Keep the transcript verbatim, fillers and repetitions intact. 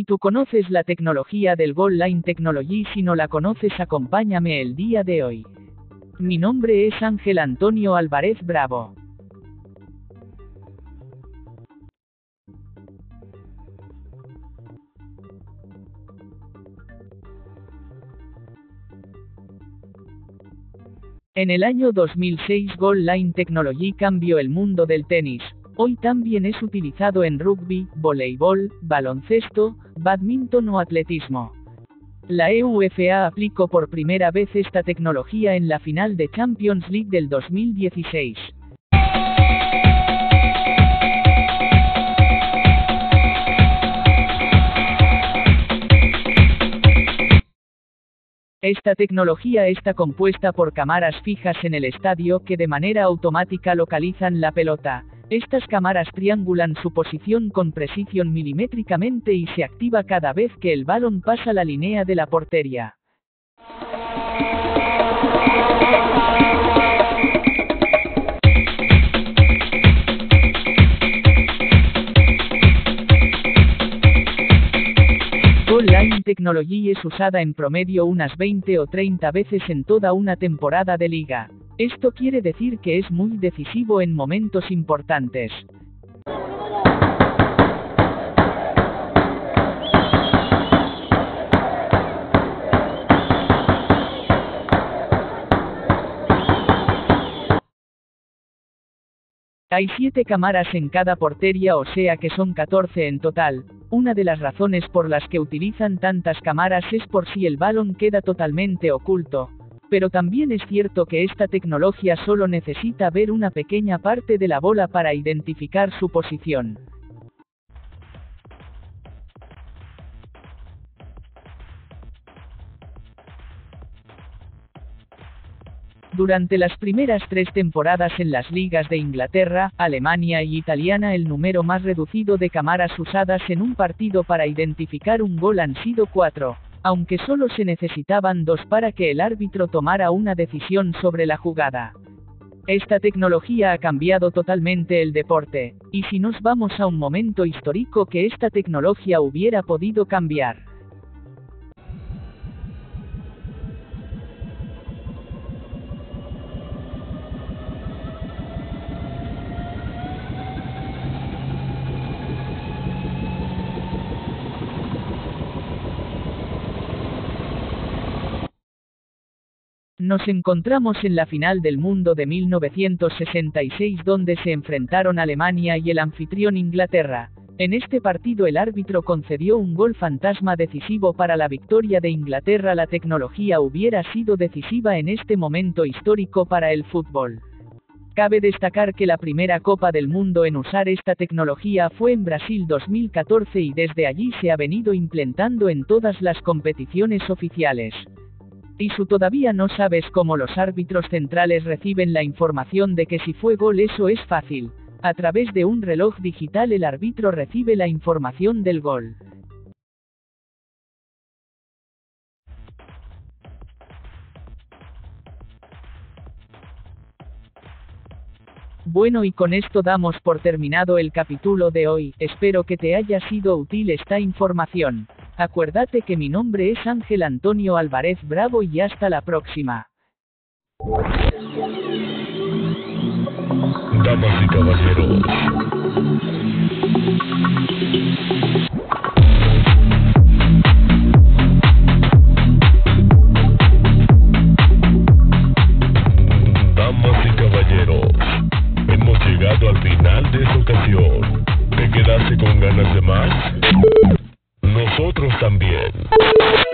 ¿Y tú conoces la tecnología del Goal Line Technology? Si no la conoces, acompáñame el día de hoy. Mi nombre es Ángel Antonio Álvarez Bravo. En el año dos mil seis Goal Line Technology cambió el mundo del tenis. Hoy también es utilizado en rugby, voleibol, baloncesto, bádminton o atletismo. La E U F A aplicó por primera vez esta tecnología en la final de Champions League del dos mil dieciséis. Esta tecnología está compuesta por cámaras fijas en el estadio que de manera automática localizan la pelota. Estas cámaras triangulan su posición con precisión milimétricamente y se activa cada vez que el balón pasa la línea de la portería. Goal Line Technology es usada en promedio unas veinte o treinta veces en toda una temporada de liga. Esto quiere decir que es muy decisivo en momentos importantes. Hay siete cámaras en cada portería, o sea que son catorce en total. Una de las razones por las que utilizan tantas cámaras es por si el balón queda totalmente oculto. Pero también es cierto que esta tecnología solo necesita ver una pequeña parte de la bola para identificar su posición. Durante las primeras tres temporadas en las ligas de Inglaterra, Alemania y Italiana, el número más reducido de cámaras usadas en un partido para identificar un gol han sido cuatro, aunque solo se necesitaban dos para que el árbitro tomara una decisión sobre la jugada. Esta tecnología ha cambiado totalmente el deporte, y si nos vamos a un momento histórico que esta tecnología hubiera podido cambiar. Nos encontramos en la final del mundo de mil novecientos sesenta y seis, donde se enfrentaron Alemania y el anfitrión Inglaterra. En este partido el árbitro concedió un gol fantasma decisivo para la victoria de Inglaterra. La tecnología hubiera sido decisiva en este momento histórico para el fútbol. Cabe destacar que la primera Copa del Mundo en usar esta tecnología fue en Brasil dos mil catorce y desde allí se ha venido implementando en todas las competiciones oficiales. Y si todavía no sabes cómo los árbitros centrales reciben la información de que si fue gol, eso es fácil. A través de un reloj digital el árbitro recibe la información del gol. Bueno, y con esto damos por terminado el capítulo de hoy. Espero que te haya sido útil esta información. Acuérdate que mi nombre es Ángel Antonio Álvarez Bravo y hasta la próxima. Damas y caballeros, damas y caballeros, hemos llegado al final de esta ocasión. ¿Te quedaste con ganas de más? Nosotros también.